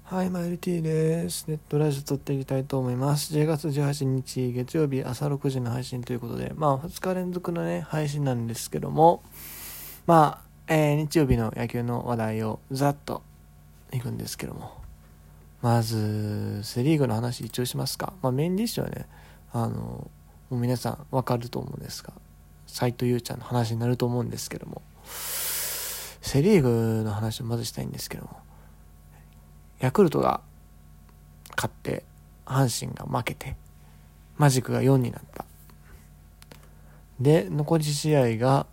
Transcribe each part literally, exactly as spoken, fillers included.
はい、マイルティです。ネットラジオ撮っていきたいと思います。じゅうがつじゅうはちにち月曜日朝ろくじの配信ということで、まあふつか連続のね、配信なんですけども、まあ、えー、日曜日の野球の話題をざっといくんですけども、まず、セリーグの話一応しますか。まあメインディッシュはね、あの、もう皆さんわかると思うんですが、斉藤優ちゃんの話になると思うんですけども、セリーグの話をまずしたいんですけども、ヤクルトが勝って阪神が負けてマジックがよんになった。で残り試合が、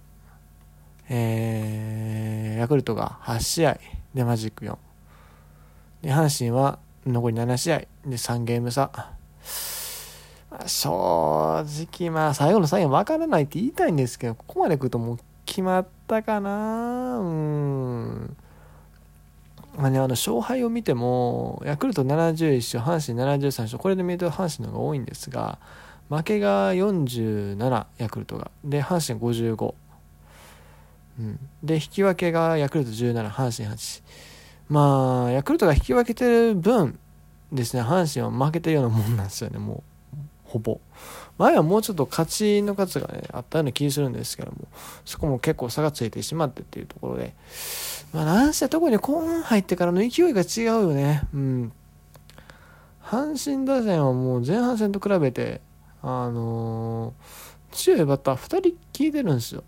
えー、ヤクルトがはち試合でマジックよんで、阪神は残りなな試合でさんゲーム差。まあ、正直まあ最後の最後分からないって言いたいんですけど、ここまで来るともう決まったかな。うーんまあね、あの勝敗を見てもヤクルトななじゅういっ勝、阪神ななじゅうさん勝、これで見ると阪神の方が多いんですが、負けがよんじゅうなな、ヤクルトがで阪神ごじゅうご、うん、で引き分けがヤクルトじゅうなな、阪神はち。まあヤクルトが引き分けてる分ですね、阪神は負けてるようなもんなんですよね。もうほぼ前はもうちょっと勝ちの数がねあったような気がするんですけども、そこも結構差がついてしまってっていうところで、まあなんせ特に今入ってからの勢いが違うよね。うん。阪神打線はもう前半戦と比べてあのー、強いバッターふたり消えてるんですよ。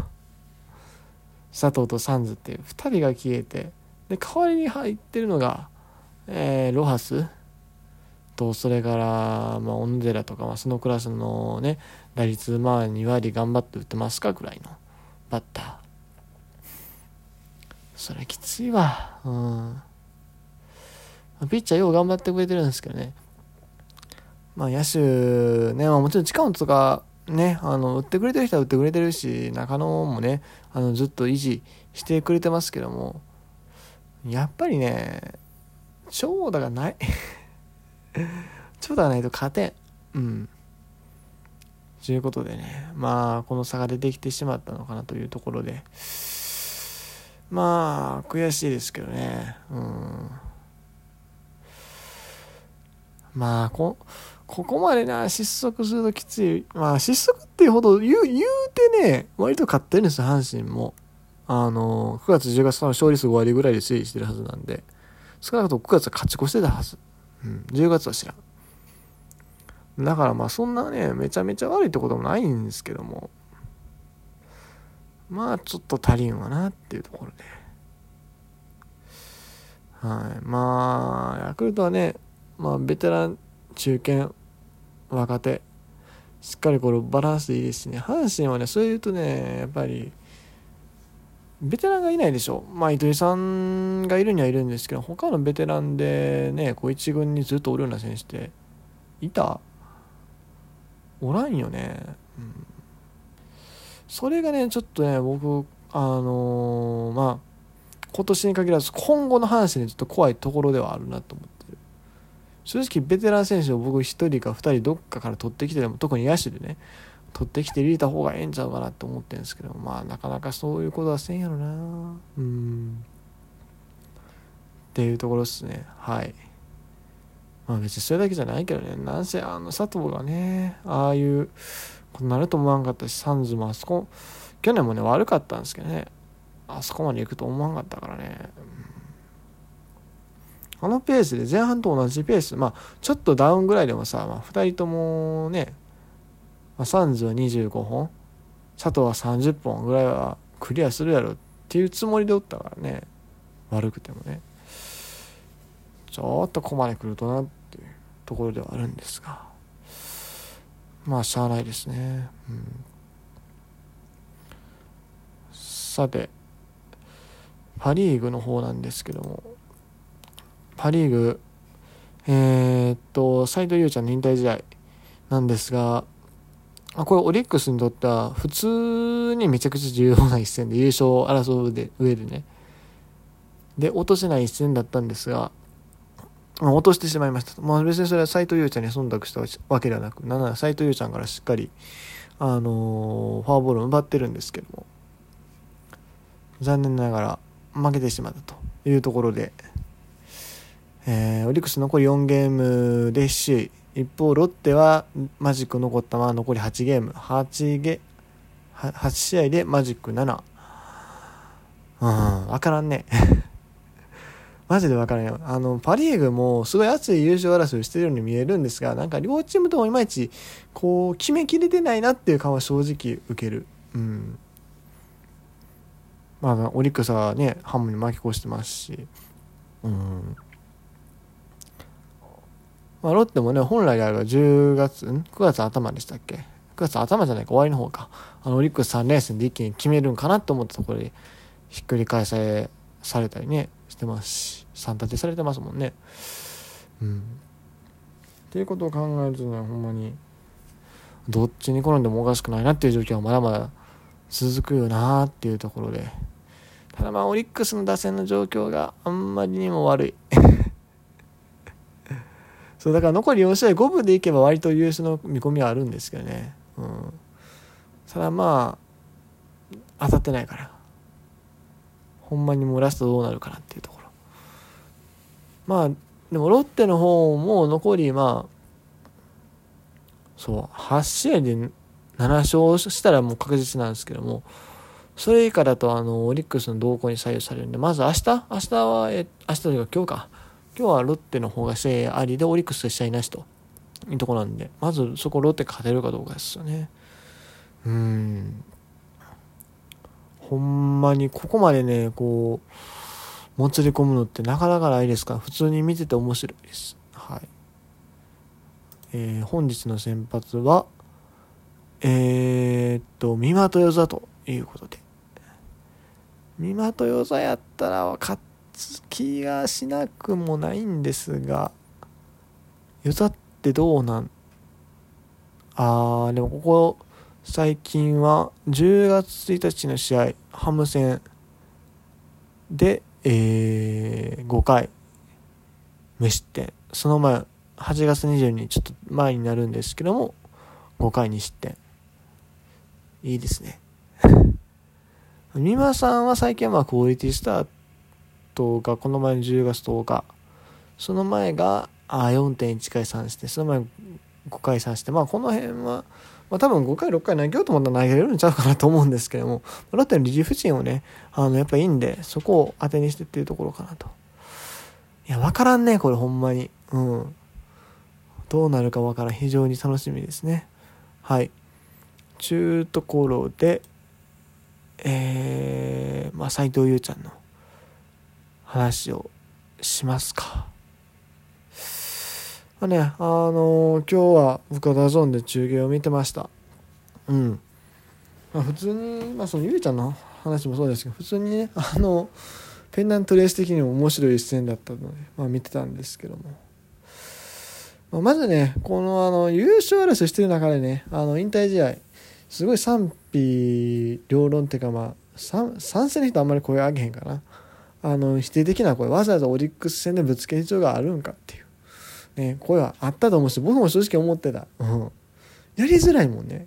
佐藤とサンズっていうふたりが消えて、で代わりに入ってるのが、えー、ロハスと、それから、まあ、小野寺とか、まあ、そのクラスのね、打率、まあ、に割頑張って打ってますかぐらいのバッター。それきついわ。うん。ピッチャーよう頑張ってくれてるんですけどね。まあ、野手、ね、まあ、もちろん近本とか、ね、あの、打ってくれてる人は打ってくれてるし、中野もね、あの、ずっと維持してくれてますけども、やっぱりね、長打がない。長打がないと勝てん。うん。ということでね、まあこの差が出てきてしまったのかなというところで、まあ悔しいですけどね。うん。まあこここまでな失速するときつい。まあ失速っていうほど言う言うてね、割と勝ってるんですよ、阪神も。あのくがつじゅうがつの勝利数ご割ぐらいで推移してるはずなんで、少なくともくがつは勝ち越してたはず。うん、じゅうがつは知らん。だからまあそんなねめちゃめちゃ悪いってこともないんですけども、まあちょっと足りんわなっていうところで、はい、まあヤクルトはね、まあベテラン、中堅、若手、しっかりこれバランスいいですしね。阪神はね、そういうとねやっぱりベテランがいないでしょ。まあ糸井さんがいるにはいるんですけど、他のベテランでねこう一軍にずっとおるような選手っていたおらんよね。うん、それがねちょっとね僕あのー、まあ今年に限らず今後の阪神でちょっと怖いところではあるなと思ってる。正直ベテラン選手を僕ひとりかふたりどっかから取ってきてでも、特に野手でね取ってきて入れた方がええんちゃうかなって思ってるんですけど、まあなかなかそういうことはせんやろな。うんっていうところですね。はい。まあ別にそれだけじゃないけどね、なんせあの佐藤がねああいうことになると思わんかったし、サンズもあそこ去年もね悪かったんですけどね、あそこまで行くと思わんかったからね。あのペースで前半と同じペース、まあちょっとダウンぐらいでもさ、まあ、ふたりともね、まあ、サンズはにじゅうごほん、佐藤はさんじゅっぽんぐらいはクリアするやろっていうつもりでおったからね、悪くてもねちょっとここまで来るとなっていうところではあるんですが、まあしゃあないですね。うん、さてパリーグの方なんですけども、パリーグえー、っと斉藤優ちゃんの引退試合なんですが、これオリックスにとっては普通にめちゃくちゃ重要な一戦で、優勝を争うで上でねで落とせない一戦だったんですが、まあ、落としてしまいました。まあ、別にそれは斉藤優ちゃんに忖度したわけではなく、なんなら斉藤優ちゃんからしっかり、あのー、フォアボールを奪ってるんですけども、残念ながら負けてしまったというところで、 えー、オリックス残りよんゲームで首位。一方ロッテはマジック残ったまま残りはちゲーム、8ゲはち試合でマジックなな。うん、分からんねマジで分からんよ。あのパ・リーグもすごい熱い優勝争いしてるように見えるんですが、なんか両チームともいまいちこう決めきれてないなっていう感は正直受ける。うん、まあオリックスはねハムに負け越してますし、うん、まあ、ロッテもね本来であればじゅうがつんくがつ頭でしたっけ、くがつ頭じゃないか終わりの方か、あのオリックスさん連戦で一気に決めるんかなと思ったところでひっくり返されされたりねしてますし、さん立てされてますもんね。うんっていうことを考えるとね、ほんまにどっちに転んでもおかしくないなっていう状況はまだまだ続くよなっていうところで、ただまあオリックスの打線の状況があんまりにも悪いそうだから残りよん試合ごぶでいけば割と優勝の見込みはあるんですけどね、うん、ただまあ当たってないからほんまにもうラストどうなるかなっていうところ。まあでもロッテの方も残りまあそうはち試合でなな勝したらもう確実なんですけども、それ以下だとあのオリックスの動向に左右されるんで、まず明日明日はえ明日というか今日か今日はロッテの方が試合ありでオリックスと試合なしというところなんで、まずそこロッテ勝てるかどうかですよね。うーんほんまにここまでねこうもつれ込むのってなかなかないですから、普通に見てて面白いです。はい、えー、本日の先発はえー、っと三馬豊座ということで、三馬豊座やったら勝つ気がしなくもないんですが、与座ってどうなんあーでもここ最近はじゅうがつついたちの試合ハム戦で、えー、ごかい無失点、その前はちがつにじゅうにちちょっと前になるんですけどもごかいに失点、いいですね三馬さんは最近はまあクオリティスタートがこの前のじゅうがつとおか、その前があ よんてんいち 回さんして、その前ごかいさんして、まあこの辺はまあ、多分ごかいろっかい投げようと思ったら投げれるんちゃうかなと思うんですけども、ロッテのリリーフ陣をねあのやっぱいいんで、そこを当てにしてっていうところかなと。いや分からんねこれほんまに、うんどうなるか分からん、非常に楽しみですね。はいちゅうところでえー、まあ斉藤優ちゃんの話をしますか。まあね、あのー、今日は僕はダゾーンで中継を見てました。うん。まあ、普通に、まあそのゆうちゃんの話もそうですけど、普通にね、あの、ペンダントレース的にも面白い一戦だったので、まあ見てたんですけども。まあ、まずね、このあの、優勝争いしてる中でね、あの、引退試合、すごい賛否両論っていうか、まあ、賛成の人あんまり声上げへんかな。あの、否定的な声、わざわざオリックス戦でぶつける必要があるんかっていう。ね、声はあったと思うし、僕も正直思ってた。うん。やりづらいもんね。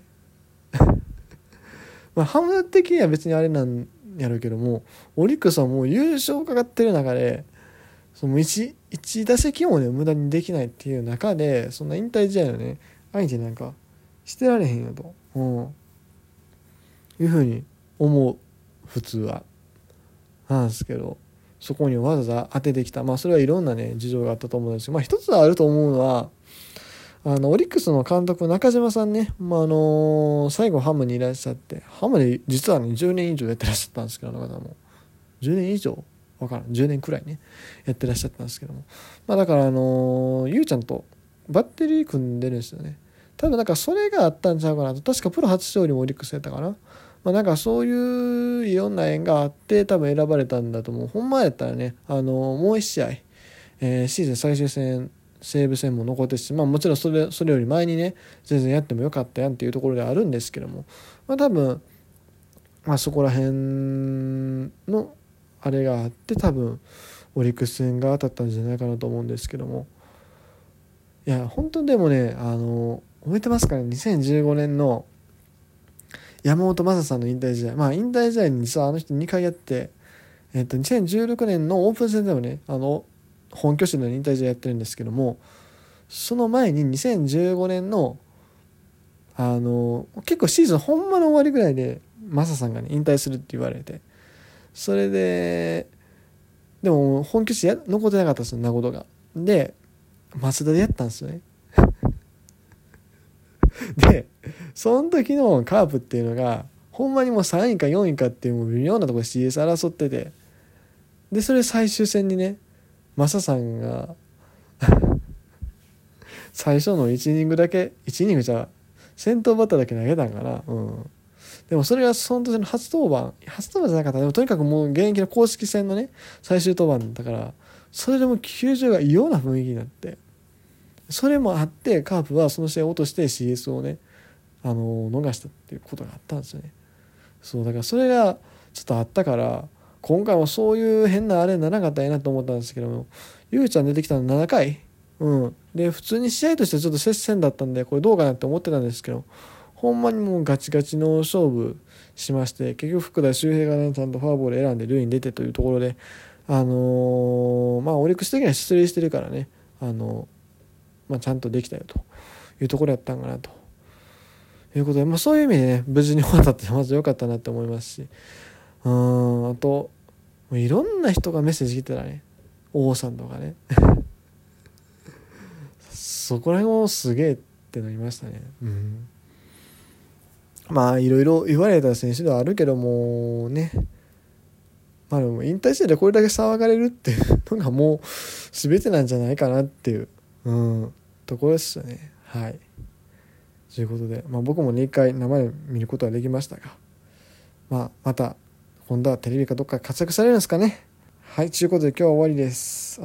まあ、ハム的には別にあれなんやろうけども、オリックスはもう優勝かかってる中で、その 1, 1打席もね、無駄にできないっていう中で、そんな引退試合をね、相手なんかしてられへんよと、うん、いうふうに思う、普通は。なんですけど、そこにわざわざ当ててきた。まあそれはいろんなね事情があったと思うんですけど、まあ一つはあると思うのは、あのオリックスの監督中島さんね、まああの最後ハムにいらっしゃって、ハムで実はねじゅうねん以上やってらっしゃったんですけど、あの方もじゅうねん以上わからんじゅうねんくらいねやってらっしゃったんですけども、まあだからあのゆうちゃんとバッテリー組んでるんですよね。多分なんかそれがあったんちゃうかなと。確かプロ初勝利もオリックスやったかな。まあ、なんかそういういろんな縁があって多分選ばれたんだと思う。ほんまやったらね、あのもう一試合、えー、シーズン最終戦西武戦も残ってし、まあもちろんそれそれより前にね全然やってもよかったやんっていうところではあるんですけども、まあ多分、まあ、そこら辺のあれがあって多分オリックス戦が当たったんじゃないかなと思うんですけども、いや本当でもね、あの覚えてますかね、にせんじゅうごねんの山本昌さんの引退試合、まあ引退試合に実はあの人にかいやって、えっとにせんじゅうろくねんのオープン戦でもね、あの本拠地の引退試合やってるんですけども、その前ににせんじゅうごねんのあの結構シーズンほんまの終わりぐらいでマサさんがね引退するって言われて、それででも本拠地や残ってなかったんですよ、名古屋が。でマツダでやったんですよねでその時のカープっていうのがほんまにもうさんいかよんいかっていうもう微妙なところで シーエス 争ってて、でそれ最終戦にねマサさんが最初のいちイニングだけいちイニングじゃ先頭バッターだけ投げたんかな、うん、でもそれがその時の初登板初登板じゃなかった。でもとにかくもう現役の公式戦のね最終登板だから、それでも球場が異様な雰囲気になって、それもあってカープはその試合を落として シーエス をねあの逃したっていうことがあったんですよね。そうだからそれがちょっとあったから、今回もそういう変なあれにならなかったらいいなと思ったんですけども、ゆうちゃん出てきたのななかい、うん、で普通に試合としてちょっと接戦だったんでこれどうかなって思ってたんですけど、ほんまにもうガチガチの勝負しまして、結局福田周平がねちゃんとフォアボール選んで塁に出てというところで、あのー、まあオリックス的には出塁してるからね、あのー、まあ、ちゃんとできたよというところやったんかなということで、まあ、そういう意味でね無事に終わったってまず良かったなって思いますし、うーんあといろんな人がメッセージ来てたね、王さんとかねそこら辺もすげえってなりましたね。うん、まあいろいろ言われた選手ではあるけどもね、まあでも引退してでこれだけ騒がれるっていうのがもう全てなんじゃないかなっていう、うん、ところですよね。はいということで、まあ、僕もね一回生で見ることはできましたが、まあ、また今度はテレビかどっか活躍されるんですかね。はいということで今日は終わりです。